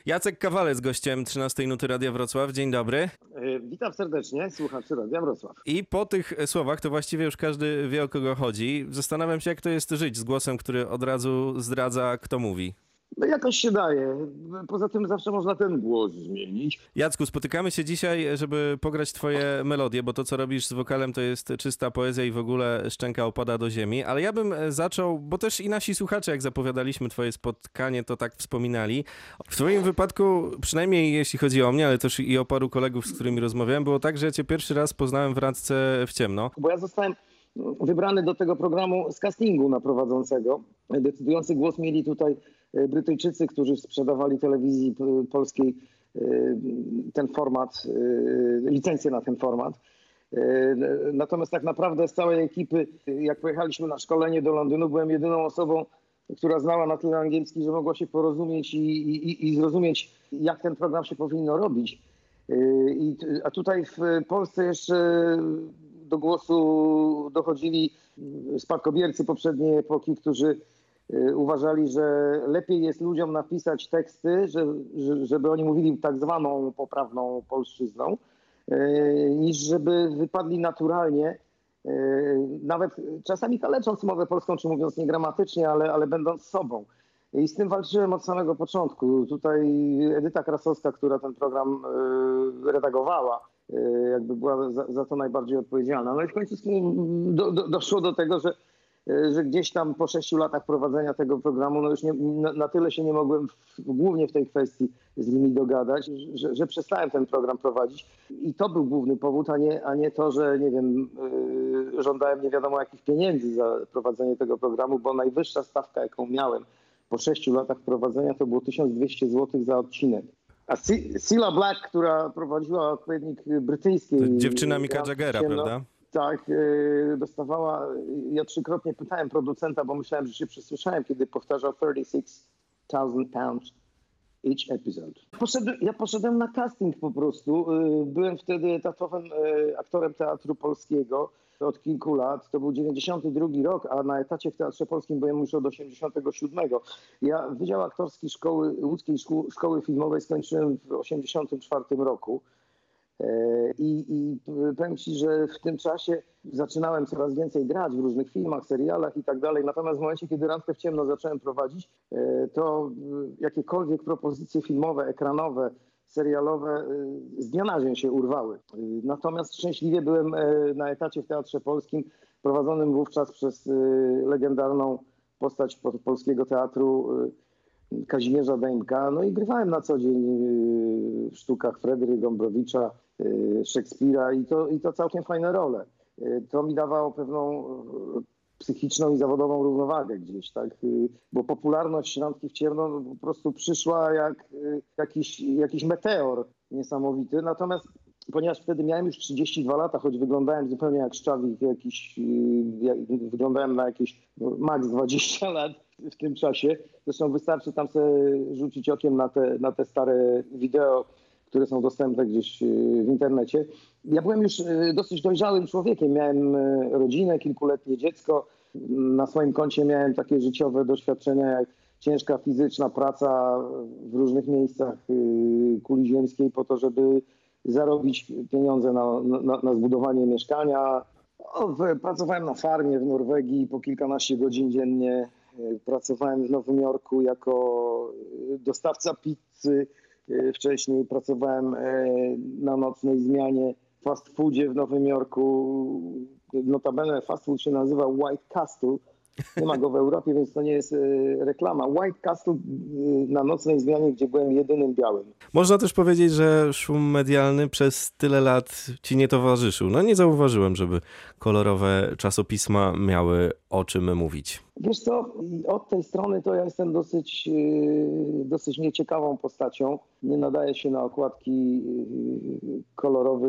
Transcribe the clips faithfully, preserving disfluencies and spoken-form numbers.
Jacek Kawalec, gościem trzynastej Nuty Radia Wrocław. Dzień dobry. Witam serdecznie, słuchaczy Radia Wrocław. I po tych słowach to właściwie już każdy wie, o kogo chodzi. Zastanawiam się, jak to jest żyć z głosem, który od razu zdradza, kto mówi. No jakoś się daje. Poza tym zawsze można ten głos zmienić. Jacku, spotykamy się dzisiaj, żeby pograć twoje melodie, bo to, co robisz z wokalem, to jest czysta poezja i w ogóle szczęka opada do ziemi. Ale ja bym zaczął, bo też i nasi słuchacze, jak zapowiadaliśmy twoje spotkanie, to tak wspominali. W twoim wypadku, przynajmniej jeśli chodzi o mnie, ale też i o paru kolegów, z którymi rozmawiałem, było tak, że ja cię pierwszy raz poznałem w Randce w ciemno. Bo ja zostałem wybrany do tego programu z castingu na prowadzącego. Decydujący głos mieli tutaj Brytyjczycy, którzy sprzedawali telewizji polskiej ten format, licencję na ten format. Natomiast tak naprawdę z całej ekipy, jak pojechaliśmy na szkolenie do Londynu, byłem jedyną osobą, która znała na tyle angielski, że mogła się porozumieć i, i, i zrozumieć, jak ten program się powinno robić. I, a tutaj w Polsce jeszcze do głosu dochodzili spadkobiercy poprzedniej epoki, którzy uważali, że lepiej jest ludziom napisać teksty, że, żeby oni mówili tak zwaną poprawną polszczyzną, niż żeby wypadli naturalnie, nawet czasami kalecząc mowę polską, czy mówiąc niegramatycznie, ale, ale będąc sobą. I z tym walczyłem od samego początku. Tutaj Edyta Krasowska, która ten program redagowała, jakby była za, za to najbardziej odpowiedzialna. No i w końcu do, do, doszło do tego, że że gdzieś tam po sześciu latach prowadzenia tego programu, no już nie, na, na tyle się nie mogłem w, głównie w tej kwestii z nimi dogadać, że, że przestałem ten program prowadzić. I to był główny powód, a nie, a nie to, że nie wiem, yy, żądałem nie wiadomo jakich pieniędzy za prowadzenie tego programu, bo najwyższa stawka, jaką miałem po sześciu latach prowadzenia, to było tysiąc dwieście złotych za odcinek. A Cilla Black, która prowadziła odpowiednik brytyjskiej... Dziewczyna Micka Jaggera, prawda? Tak, dostawała, ja trzykrotnie pytałem producenta, bo myślałem, że się przesłyszałem, kiedy powtarzał thirty six thousand pounds each episode. Poszedłem, ja poszedłem na casting po prostu. Byłem wtedy etatowym aktorem Teatru Polskiego od kilku lat. To był dziewięćdziesiąty drugi rok, a na etacie w Teatrze Polskim byłem już od osiemdziesiątego siódmego. Ja Wydział Aktorski Szkoły, Łódzkiej Szkoły Filmowej skończyłem w osiemdziesiątym czwartym roku. I, I powiem ci, że w tym czasie zaczynałem coraz więcej grać w różnych filmach, serialach i tak dalej. Natomiast w momencie, kiedy Randkę w ciemno zacząłem prowadzić, to jakiekolwiek propozycje filmowe, ekranowe, serialowe z dnia na dzień się urwały. Natomiast szczęśliwie byłem na etacie w Teatrze Polskim, prowadzonym wówczas przez legendarną postać polskiego teatru Kazimierza Dębka. No i grywałem na co dzień w sztukach Fryderyka Gombrowicza, Szekspira i to, i to całkiem fajne role. To mi dawało pewną psychiczną i zawodową równowagę gdzieś, tak? Bo popularność Randki w ciemno po prostu przyszła jak jakiś, jakiś meteor niesamowity. Natomiast ponieważ wtedy miałem już trzydzieści dwa lata, choć wyglądałem zupełnie jak szczawik, jakiś, jak, wyglądałem na jakieś no, maks dwadzieścia lat w tym czasie. Zresztą wystarczy tam sobie rzucić okiem na te, na te stare wideo, które są dostępne gdzieś w internecie. Ja byłem już dosyć dojrzałym człowiekiem. Miałem rodzinę, kilkuletnie dziecko. Na swoim koncie miałem takie życiowe doświadczenia jak ciężka fizyczna praca w różnych miejscach kuli ziemskiej po to, żeby zarobić pieniądze na, na, na zbudowanie mieszkania. O, pracowałem na farmie w Norwegii po kilkanaście godzin dziennie. Pracowałem w Nowym Jorku jako dostawca pizzy. Wcześniej pracowałem na nocnej zmianie w fast foodzie w Nowym Jorku. Notabene fast food się nazywa White Castle. Nie ma go w Europie, więc to nie jest reklama. White Castle na nocnej zmianie, gdzie byłem jedynym białym. Można też powiedzieć, że szum medialny przez tyle lat ci nie towarzyszył. No nie zauważyłem, żeby kolorowe czasopisma miały o czym mówić. Wiesz co, od tej strony to ja jestem dosyć, dosyć nieciekawą postacią. Nie nadaję się na okładki kolorowych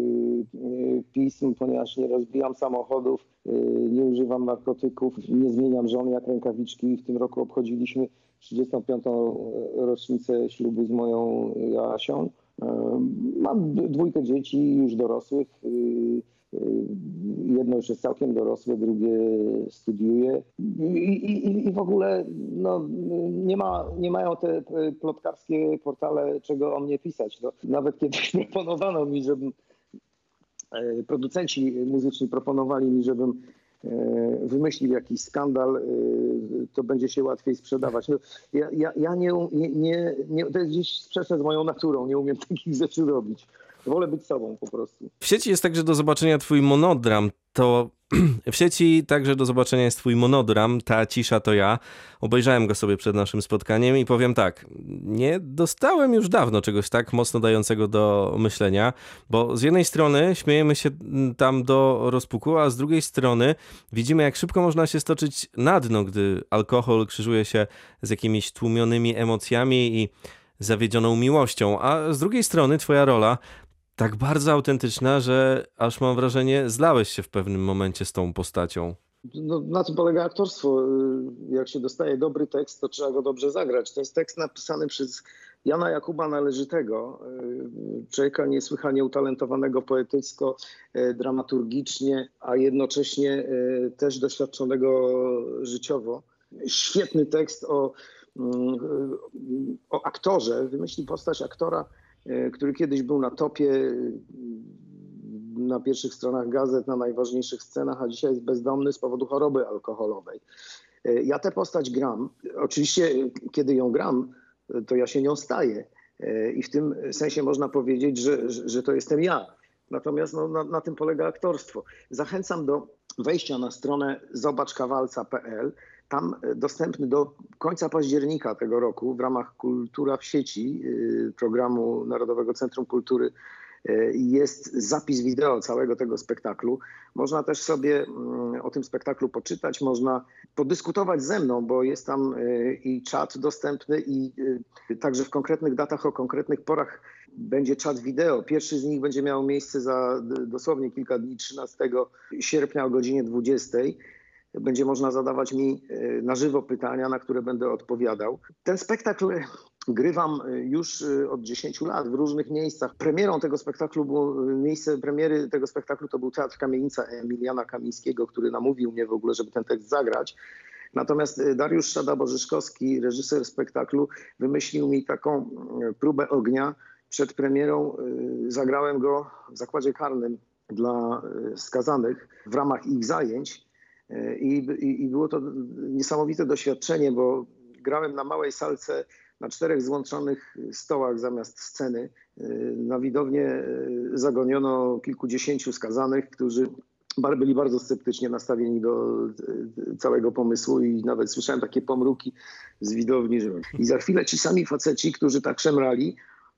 pism, ponieważ nie rozbijam samochodów, nie używam narkotyków, nie zmieniam żon jak rękawiczki. W tym roku obchodziliśmy trzydziestą piątą rocznicę ślubu z moją Joasią. Mam dwójkę dzieci już dorosłych. Jedno już jest całkiem dorosłe, drugie studiuje i, i, i w ogóle no, nie, ma, nie mają te plotkarskie portale czego o mnie pisać. No, nawet kiedyś proponowano mi, żebym, producenci muzyczni proponowali mi, żebym wymyślił jakiś skandal, to będzie się łatwiej sprzedawać. No, ja, ja, ja nie, nie, nie, to jest gdzieś sprzeczne z moją naturą, nie umiem takich rzeczy robić. Wolę być sobą po prostu. W sieci jest także do zobaczenia twój monodram. To w sieci także do zobaczenia jest twój monodram, Ta cisza to ja. Obejrzałem go sobie przed naszym spotkaniem i powiem tak, nie dostałem już dawno czegoś tak mocno dającego do myślenia, bo z jednej strony śmiejemy się tam do rozpuku, a z drugiej strony widzimy, jak szybko można się stoczyć na dno, gdy alkohol krzyżuje się z jakimiś tłumionymi emocjami i zawiedzioną miłością, a z drugiej strony twoja rola tak bardzo autentyczna, że aż mam wrażenie, zlałeś się w pewnym momencie z tą postacią. No, na tym polega aktorstwo. Jak się dostaje dobry tekst, to trzeba go dobrze zagrać. To jest tekst napisany przez Jana Jakuba Należytego, człowieka niesłychanie utalentowanego poetycko, dramaturgicznie, a jednocześnie też doświadczonego życiowo. Świetny tekst o, o aktorze. Wymyślił postać aktora, który kiedyś był na topie, na pierwszych stronach gazet, na najważniejszych scenach, a dzisiaj jest bezdomny z powodu choroby alkoholowej. Ja tę postać gram. Oczywiście, kiedy ją gram, to ja się nią staję. I w tym sensie można powiedzieć, że, że to jestem ja. Natomiast no, na, na tym polega aktorstwo. Zachęcam do wejścia na stronę zobacz kawalca kropka pe el. Tam dostępny do końca października tego roku w ramach Kultura w sieci, programu Narodowego Centrum Kultury, jest zapis wideo całego tego spektaklu. Można też sobie o tym spektaklu poczytać, można podyskutować ze mną, bo jest tam i czat dostępny i także w konkretnych datach, o konkretnych porach będzie czat wideo. Pierwszy z nich będzie miał miejsce za dosłownie kilka dni, trzynastego sierpnia o godzinie dwudziestej. Będzie można zadawać mi na żywo pytania, na które będę odpowiadał. Ten spektakl grywam już od dziesięciu lat w różnych miejscach. Premierą tego spektaklu było, miejsce premiery tego spektaklu to był Teatr Kamienica Emiliana Kamińskiego, który namówił mnie w ogóle, żeby ten tekst zagrać. Natomiast Dariusz Szada-Bożyszkowski, reżyser spektaklu, wymyślił mi taką próbę ognia. Przed premierą zagrałem go w zakładzie karnym dla skazanych w ramach ich zajęć. I, i, I było to niesamowite doświadczenie, bo grałem na małej salce na czterech złączonych stołach zamiast sceny. Na widownię zagoniono kilkudziesięciu skazanych, którzy byli bardzo sceptycznie nastawieni do całego pomysłu i nawet słyszałem takie pomruki z widowni. Że... I za chwilę ci sami faceci, którzy tak szemrali,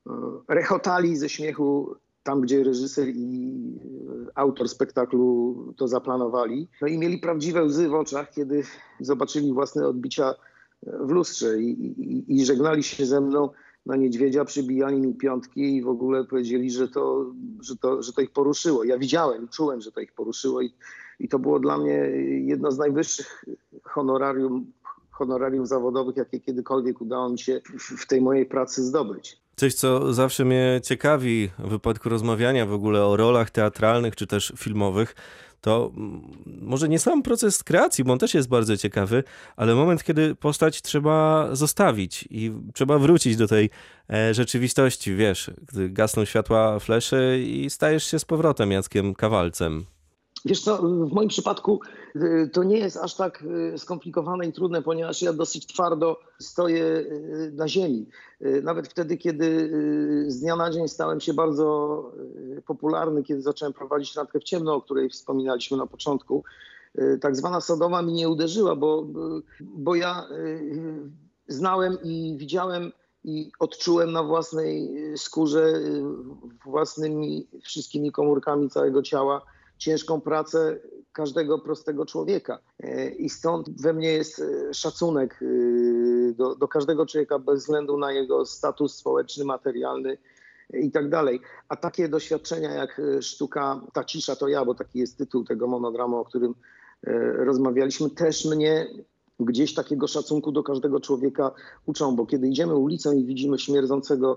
rechotali ze śmiechu tam, gdzie reżyser i autor spektaklu to zaplanowali. No i mieli prawdziwe łzy w oczach, kiedy zobaczyli własne odbicia w lustrze i, i, i żegnali się ze mną na niedźwiedzia, przybijali mi piątki i w ogóle powiedzieli, że to, że to, że to ich poruszyło. Ja widziałem, czułem, że to ich poruszyło i, i to było dla mnie jedno z najwyższych honorarium, honorarium zawodowych, jakie kiedykolwiek udało mi się w tej mojej pracy zdobyć. Coś, co zawsze mnie ciekawi w wypadku rozmawiania w ogóle o rolach teatralnych czy też filmowych, to może nie sam proces kreacji, bo on też jest bardzo ciekawy, ale moment, kiedy postać trzeba zostawić i trzeba wrócić do tej e, rzeczywistości, wiesz, gdy gasną światła fleszy i stajesz się z powrotem Jackiem Kawalcem. Wiesz co, w moim przypadku to nie jest aż tak skomplikowane i trudne, ponieważ ja dosyć twardo stoję na ziemi. Nawet wtedy, kiedy z dnia na dzień stałem się bardzo popularny, kiedy zacząłem prowadzić Randkę w ciemno, o której wspominaliśmy na początku, tak zwana Sodoma mi nie uderzyła, bo, bo ja znałem i widziałem i odczułem na własnej skórze, własnymi wszystkimi komórkami całego ciała ciężką pracę każdego prostego człowieka. I stąd we mnie jest szacunek do, do każdego człowieka bez względu na jego status społeczny, materialny i tak dalej. A takie doświadczenia jak sztuka Ta cisza to ja, bo taki jest tytuł tego monodramu, o którym rozmawialiśmy, też mnie gdzieś takiego szacunku do każdego człowieka uczą, bo kiedy idziemy ulicą i widzimy śmierdzącego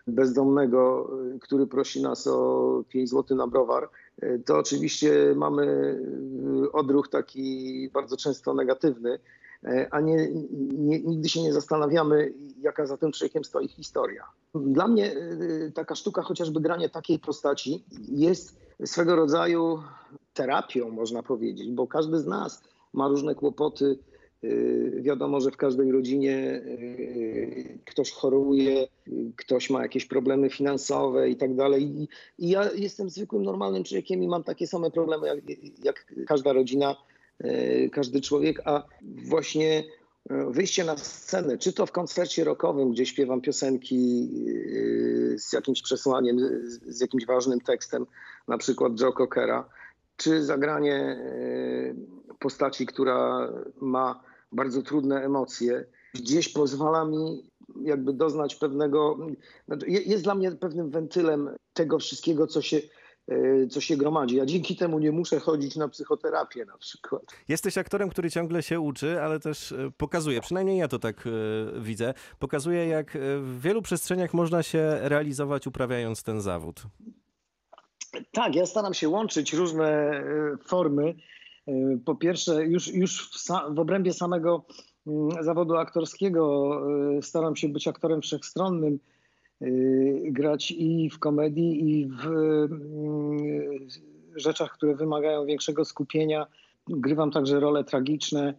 bezdomnego, który prosi nas o pięć złotych na browar, to oczywiście mamy odruch taki bardzo często negatywny, a nie, nie, nigdy się nie zastanawiamy, jaka za tym człowiekiem stoi historia. Dla mnie taka sztuka, chociażby granie takiej postaci, jest swego rodzaju terapią, można powiedzieć, bo każdy z nas ma różne kłopoty. Wiadomo, że w każdej rodzinie ktoś choruje, ktoś ma jakieś problemy finansowe i tak dalej. I ja jestem zwykłym, normalnym człowiekiem i mam takie same problemy jak, jak każda rodzina, każdy człowiek, a właśnie wyjście na scenę, czy to w koncercie rockowym, gdzie śpiewam piosenki z jakimś przesłaniem, z jakimś ważnym tekstem, na przykład Joe Cockera, czy zagranie postaci, która ma bardzo trudne emocje, gdzieś pozwala mi jakby doznać pewnego, jest dla mnie pewnym wentylem tego wszystkiego, co się, co się gromadzi. Ja dzięki temu nie muszę chodzić na psychoterapię na przykład. Jesteś aktorem, który ciągle się uczy, ale też pokazuje, przynajmniej ja to tak widzę, pokazuje, jak w wielu przestrzeniach można się realizować, uprawiając ten zawód. Tak, ja staram się łączyć różne formy. Po pierwsze, już, już w, w obrębie samego zawodu aktorskiego staram się być aktorem wszechstronnym, grać i w komedii, i w rzeczach, które wymagają większego skupienia. Grywam także role tragiczne,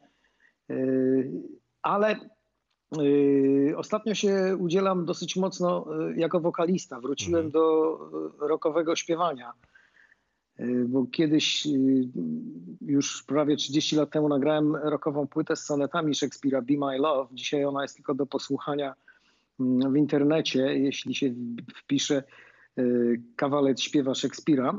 ale ostatnio się udzielam dosyć mocno jako wokalista. Wróciłem do rockowego śpiewania, bo kiedyś, już prawie trzydzieści lat temu, nagrałem rockową płytę z sonetami Szekspira, Be My Love. Dzisiaj ona jest tylko do posłuchania w internecie, jeśli się wpisze Kawalec śpiewa Szekspira,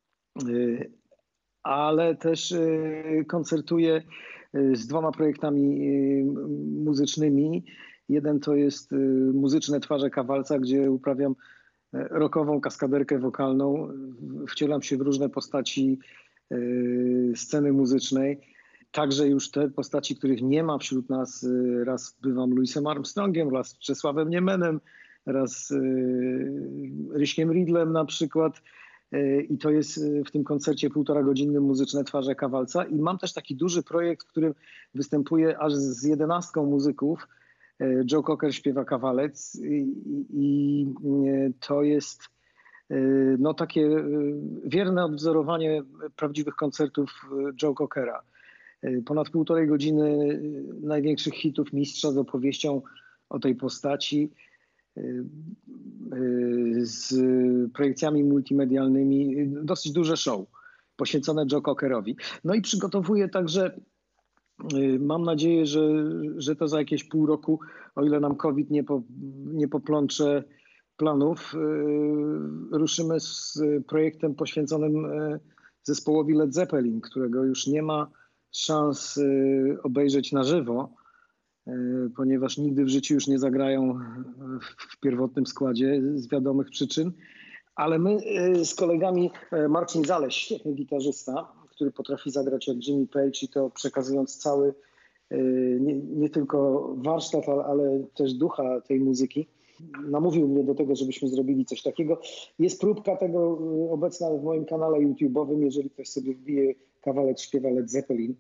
ale też koncertuję z dwoma projektami muzycznymi. Jeden to jest Muzyczne Twarze Kawalca, gdzie uprawiam rockową kaskaderkę wokalną. Wcielam się w różne postaci sceny muzycznej. Także już te postaci, których nie ma wśród nas. Raz bywam Louisem Armstrongiem, raz Czesławem Niemenem, raz Ryśkiem Ridlem na przykład. I to jest w tym koncercie półtora godzinnym Muzyczne Twarze Kawalca. I mam też taki duży projekt, w którym występuję aż z jedenastką muzyków. Joe Cocker śpiewa Kawalec i, i to jest no, takie wierne odwzorowanie prawdziwych koncertów Joe Cockera. Ponad półtorej godziny największych hitów mistrza z opowieścią o tej postaci, z projekcjami multimedialnymi, dosyć duże show poświęcone Joe Cockerowi. No i przygotowuję także, mam nadzieję, że, że to za jakieś pół roku, o ile nam COVID nie, po, nie poplącze planów, ruszymy z projektem poświęconym zespołowi Led Zeppelin, którego już nie ma szans obejrzeć na żywo, ponieważ nigdy w życiu już nie zagrają w pierwotnym składzie z wiadomych przyczyn. Ale my z kolegami, Marcin Zaleś, świetny gitarzysta, który potrafi zagrać jak Jimmy Page i to przekazując cały, nie, nie tylko warsztat, ale, ale też ducha tej muzyki, namówił mnie do tego, żebyśmy zrobili coś takiego. Jest próbka tego obecna w moim kanale YouTube'owym, jeżeli ktoś sobie wbije Kawalec śpiewa Led Zeppelin.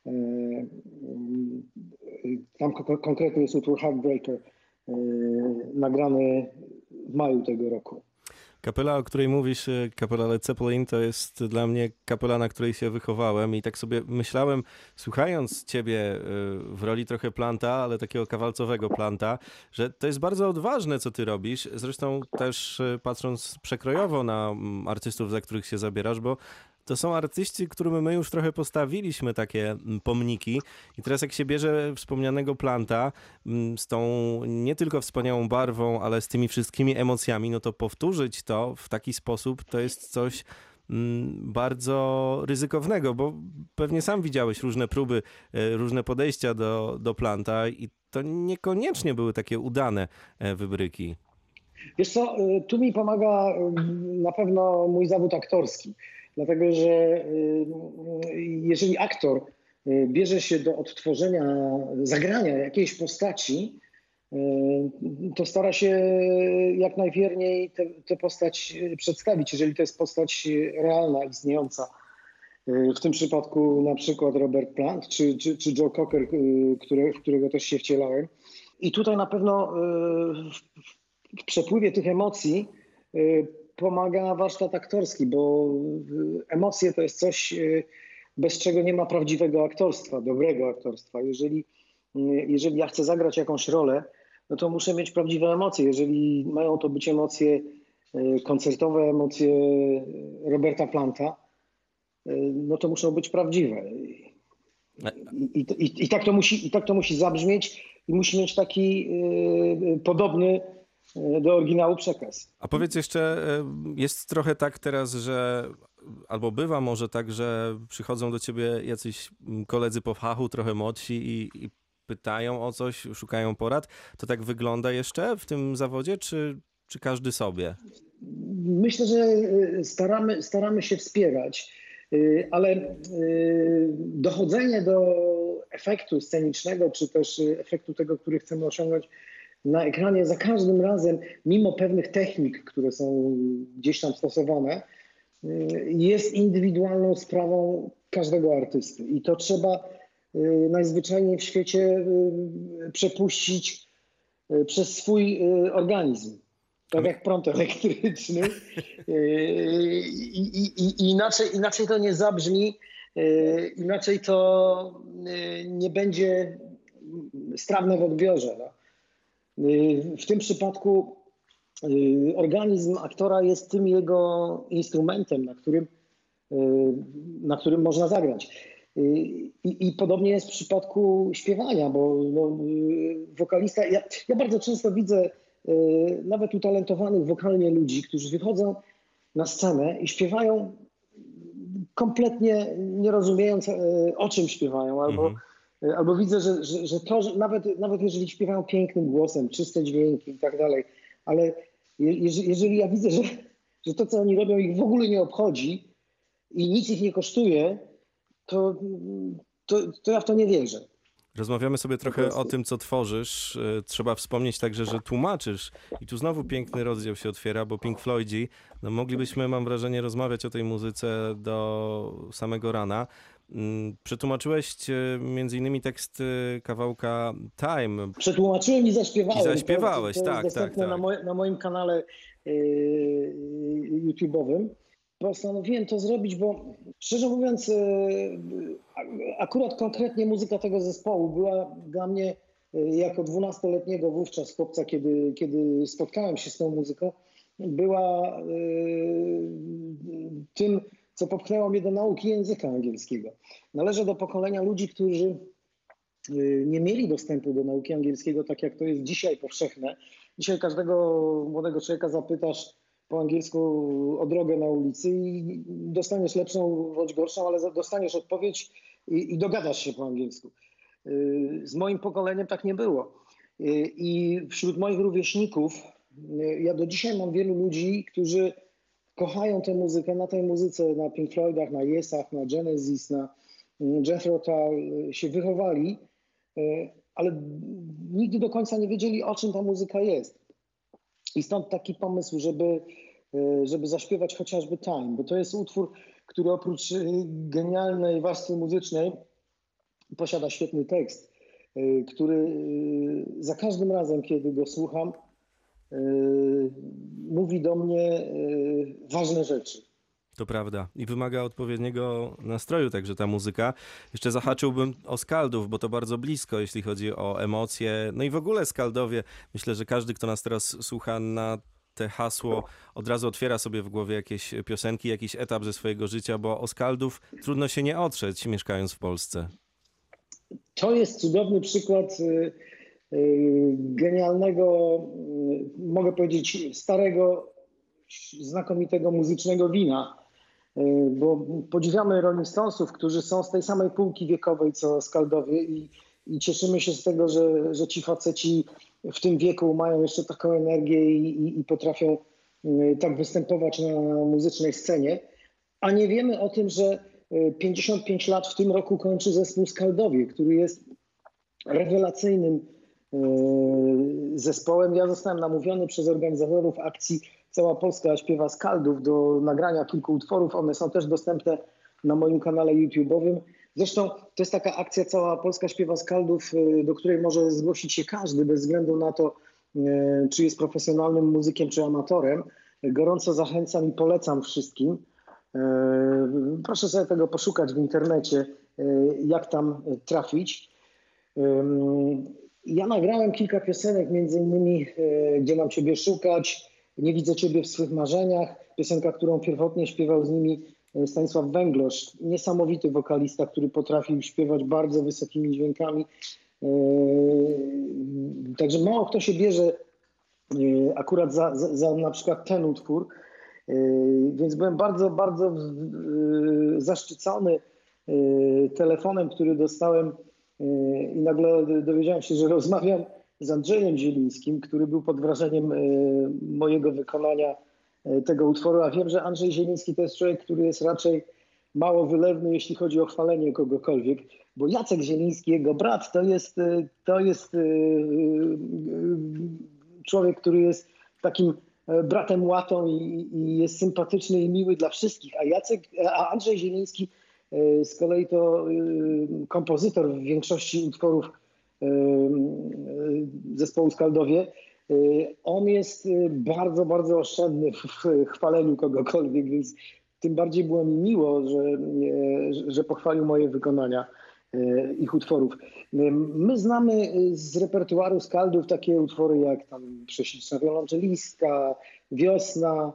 Tam konkretnie jest utwór Heartbreaker, nagrany w maju tego roku. Kapela, o której mówisz, kapela Led Zeppelin, to jest dla mnie kapela, na której się wychowałem i tak sobie myślałem, słuchając ciebie w roli trochę planta, ale takiego kawalcowego planta, że to jest bardzo odważne, co ty robisz. Zresztą też patrząc przekrojowo na artystów, za których się zabierasz, bo to są artyści, którym my już trochę postawiliśmy takie pomniki i teraz jak się bierze wspomnianego planta z tą nie tylko wspaniałą barwą, ale z tymi wszystkimi emocjami, no to powtórzyć to w taki sposób to jest coś bardzo ryzykownego, bo pewnie sam widziałeś różne próby, różne podejścia do, do planta i to niekoniecznie były takie udane wybryki. Wiesz co, tu mi pomaga na pewno mój zawód aktorski. Dlatego, że jeżeli aktor bierze się do odtworzenia, zagrania jakiejś postaci, to stara się jak najwierniej tę postać przedstawić, jeżeli to jest postać realna, istniejąca. W tym przypadku na przykład Robert Plant czy, czy, czy Joe Cocker, który, w którego też się wcielałem. I tutaj na pewno w przepływie tych emocji pomaga warsztat aktorski, bo emocje to jest coś, bez czego nie ma prawdziwego aktorstwa, dobrego aktorstwa. Jeżeli, jeżeli ja chcę zagrać jakąś rolę, no to muszę mieć prawdziwe emocje. Jeżeli mają to być emocje koncertowe, emocje Roberta Planta, no to muszą być prawdziwe. I, i, i, tak, to musi, i tak to musi zabrzmieć i musi mieć taki y, podobny do oryginału przekaz. A powiedz jeszcze, jest trochę tak teraz, że albo bywa może tak, że przychodzą do ciebie jacyś koledzy po fachu, trochę młodsi i, i pytają o coś, szukają porad. To tak wygląda jeszcze w tym zawodzie, czy, czy każdy sobie? Myślę, że staramy, staramy się wspierać, ale dochodzenie do efektu scenicznego, czy też efektu tego, który chcemy osiągnąć na ekranie, za każdym razem, mimo pewnych technik, które są gdzieś tam stosowane, jest indywidualną sprawą każdego artysty. I to trzeba najzwyczajniej w świecie przepuścić przez swój organizm. Tak jak prąd elektryczny. I, i, i inaczej, inaczej to nie zabrzmi, inaczej to nie będzie strawne w odbiorze. No. W tym przypadku organizm aktora jest tym jego instrumentem, na którym, na którym można zagrać. I, i podobnie jest w przypadku śpiewania, bo no, wokalista... Ja, ja bardzo często widzę nawet utalentowanych wokalnie ludzi, którzy wychodzą na scenę i śpiewają kompletnie nie rozumiejąc, o czym śpiewają, albo, mhm. albo widzę, że, że, że to, że nawet, nawet jeżeli śpiewają pięknym głosem, czyste dźwięki i tak dalej, ale jeżeli, jeżeli ja widzę, że, że to, co oni robią, ich w ogóle nie obchodzi i nic ich nie kosztuje, to, to, to ja w to nie wierzę. Rozmawiamy sobie trochę o tym, co tworzysz. Trzeba wspomnieć także, że tłumaczysz. I tu znowu piękny rozdział się otwiera, bo Pink Floydzi, no moglibyśmy, mam wrażenie, rozmawiać o tej muzyce do samego rana. Przetłumaczyłeś między innymi tekst kawałka Time. Przetłumaczyłem i zaśpiewałem. I zaśpiewałeś, to, to tak, jest tak, tak. Na, moj, na moim kanale yy, YouTube'owym. Postanowiłem to zrobić, bo szczerze mówiąc, akurat konkretnie muzyka tego zespołu była dla mnie jako dwunastoletniego wówczas chłopca, kiedy, kiedy spotkałem się z tą muzyką, była tym, co popchnęło mnie do nauki języka angielskiego. Należę do pokolenia ludzi, którzy nie mieli dostępu do nauki angielskiego, tak jak to jest dzisiaj powszechne. Dzisiaj każdego młodego człowieka zapytasz po angielsku o drogę na ulicy i dostaniesz lepszą bądź gorszą, ale dostaniesz odpowiedź i, i dogadasz się po angielsku. Z moim pokoleniem tak nie było. I wśród moich rówieśników ja do dzisiaj mam wielu ludzi, którzy kochają tę muzykę, na tej muzyce, na Pink Floydach, na Yesach, na Genesis, na Jethro Tull się wychowali, ale nigdy do końca nie wiedzieli, o czym ta muzyka jest. I stąd taki pomysł, żeby, żeby zaśpiewać chociażby Time, bo to jest utwór, który oprócz genialnej warstwy muzycznej posiada świetny tekst, który za każdym razem, kiedy go słucham, mówi do mnie ważne rzeczy. To prawda. I wymaga odpowiedniego nastroju także ta muzyka. Jeszcze zahaczyłbym o Skaldów, bo to bardzo blisko, jeśli chodzi o emocje. No i w ogóle Skaldowie. Myślę, że każdy, kto nas teraz słucha, na te hasło od razu otwiera sobie w głowie jakieś piosenki, jakiś etap ze swojego życia, bo o Skaldów trudno się nie otrzeć, mieszkając w Polsce. To jest cudowny przykład genialnego, mogę powiedzieć, starego, znakomitego muzycznego wina. Bo podziwiamy Rolling Stonesów, którzy są z tej samej półki wiekowej co Skaldowie i, i cieszymy się z tego, że, że ci faceci w tym wieku mają jeszcze taką energię i, i, i potrafią tak występować na muzycznej scenie. A nie wiemy o tym, że pięćdziesiąt pięć lat w tym roku kończy zespół Skaldowie, który jest rewelacyjnym zespołem. Ja zostałem namówiony przez organizatorów akcji Cała Polska śpiewa Skaldów do nagrania kilku utworów. One są też dostępne na moim kanale YouTube'owym. Zresztą to jest taka akcja Cała Polska śpiewa Skaldów, do której może zgłosić się każdy bez względu na to, czy jest profesjonalnym muzykiem, czy amatorem. Gorąco zachęcam i polecam wszystkim. Proszę sobie tego poszukać w internecie, jak tam trafić. Ja nagrałem kilka piosenek, między innymi Gdzie mam Ciebie szukać, Nie widzę Ciebie w swych marzeniach, piosenka, którą pierwotnie śpiewał z nimi Stanisław Węglosz, niesamowity wokalista, który potrafił śpiewać bardzo wysokimi dźwiękami. Także mało kto się bierze akurat za, za, za na przykład ten utwór, więc byłem bardzo, bardzo zaszczycony telefonem, który dostałem i nagle dowiedziałem się, że rozmawiam z Andrzejem Zielińskim, który był pod wrażeniem mojego wykonania tego utworu, a wiem, że Andrzej Zieliński to jest człowiek, który jest raczej mało wylewny, jeśli chodzi o chwalenie kogokolwiek, bo Jacek Zieliński, jego brat, to jest, to jest człowiek, który jest takim bratem łatą i, i jest sympatyczny i miły dla wszystkich, a Jacek, a Andrzej Zieliński z kolei to kompozytor w większości utworów zespołu Skaldowie. On jest bardzo, bardzo oszczędny w chwaleniu kogokolwiek, więc tym bardziej było mi miło, że, że pochwalił moje wykonania ich utworów. My znamy z repertuaru Skaldów takie utwory jak tam Prześliczna wiolonczelistka, Wiosna,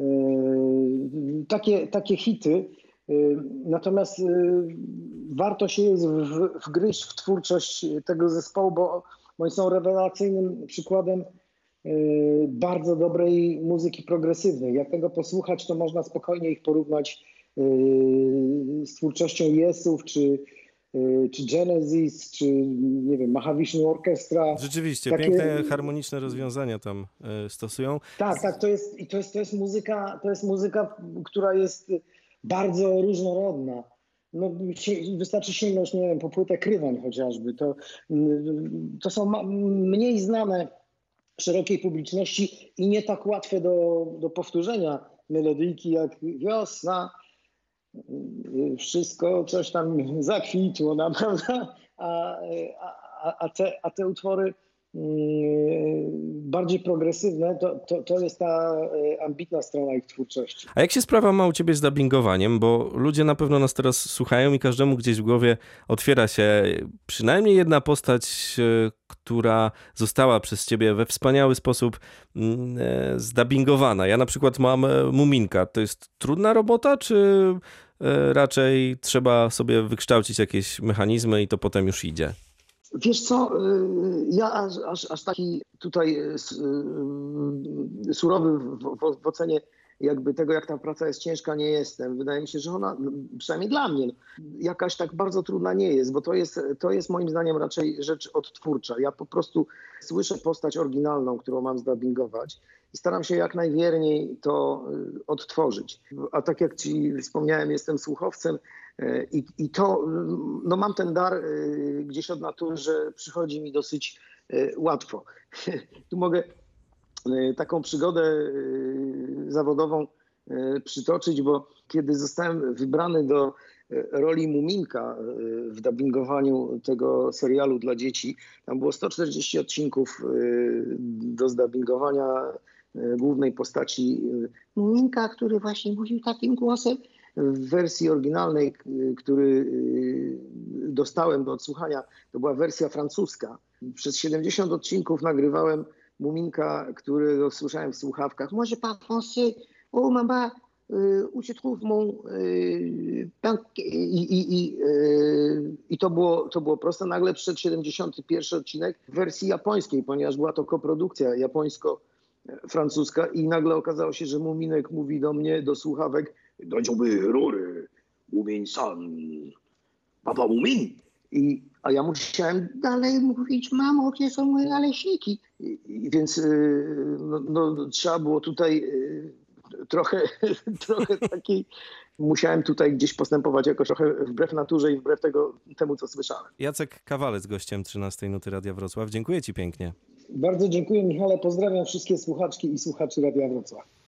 takie, takie hity. Natomiast warto się jest wgryźć w twórczość tego zespołu, bo oni są rewelacyjnym przykładem bardzo dobrej muzyki progresywnej. Jak tego posłuchać, to można spokojnie ich porównać z twórczością Yesów, czy, czy Genesis, czy nie wiem, Mahavishnu Orchestra. Rzeczywiście, takie piękne, harmoniczne rozwiązania tam stosują. Tak, tak, to jest, i to jest, to jest muzyka, to jest muzyka, która jest bardzo różnorodna. No, wystarczy sięgnąć, nie wiem, po płytę Krywań chociażby. To, to są mniej znane szerokiej publiczności i nie tak łatwe do, do powtórzenia melodyjki jak Wiosna. Wszystko coś tam zakwitło, naprawdę. A, a, a, te, a te utwory bardziej progresywne, to, to, to jest ta ambitna strona ich twórczości. A jak się sprawa ma u ciebie z dubbingowaniem? Bo ludzie na pewno nas teraz słuchają i każdemu gdzieś w głowie otwiera się przynajmniej jedna postać, która została przez ciebie we wspaniały sposób zdubbingowana. Ja na przykład mam Muminka. To jest trudna robota, czy raczej trzeba sobie wykształcić jakieś mechanizmy i to potem już idzie? Wiesz co, ja aż, aż, aż taki tutaj surowy w, w, w ocenie jakby tego, jak ta praca jest ciężka, nie jestem. Wydaje mi się, że ona, przynajmniej dla mnie, jakaś tak bardzo trudna nie jest, bo to jest, to jest moim zdaniem raczej rzecz odtwórcza. Ja po prostu słyszę postać oryginalną, którą mam zdubbingować i staram się jak najwierniej to odtworzyć. A tak jak ci wspomniałem, jestem słuchowcem, I, I to, no mam ten dar gdzieś od natury, że przychodzi mi dosyć łatwo. Tu mogę taką przygodę zawodową przytoczyć, bo kiedy zostałem wybrany do roli Muminka w dubbingowaniu tego serialu dla dzieci, tam było sto czterdzieści odcinków do zdubbingowania głównej postaci Muminka, który właśnie mówił takim głosem. W wersji oryginalnej, który dostałem do odsłuchania, to była wersja francuska. Przez siedemdziesiąt odcinków nagrywałem Muminka, którego słyszałem w słuchawkach. Moi je parle français. Oh mama, où se trouve mon... I, i, i, i to, było, to było proste. Nagle przyszedł siedemdziesiąty pierwszy odcinek w wersji japońskiej, ponieważ była to koprodukcja japońsko-francuska i nagle okazało się, że Muminek mówi do mnie, do słuchawek: Dojdziemy rury, Mumin-san, papa Mumin. I, a ja musiałem dalej mówić: mamo, gdzie są moje naleśniki? I, i więc no, no, trzeba było tutaj trochę, trochę taki, musiałem tutaj gdzieś postępować jakoś trochę wbrew naturze i wbrew tego, temu, co słyszałem. Jacek Kawalec, gościem trzynastej Nuty Radia Wrocław. Dziękuję ci pięknie. Bardzo dziękuję, Michale. Pozdrawiam wszystkie słuchaczki i słuchaczy Radia Wrocław.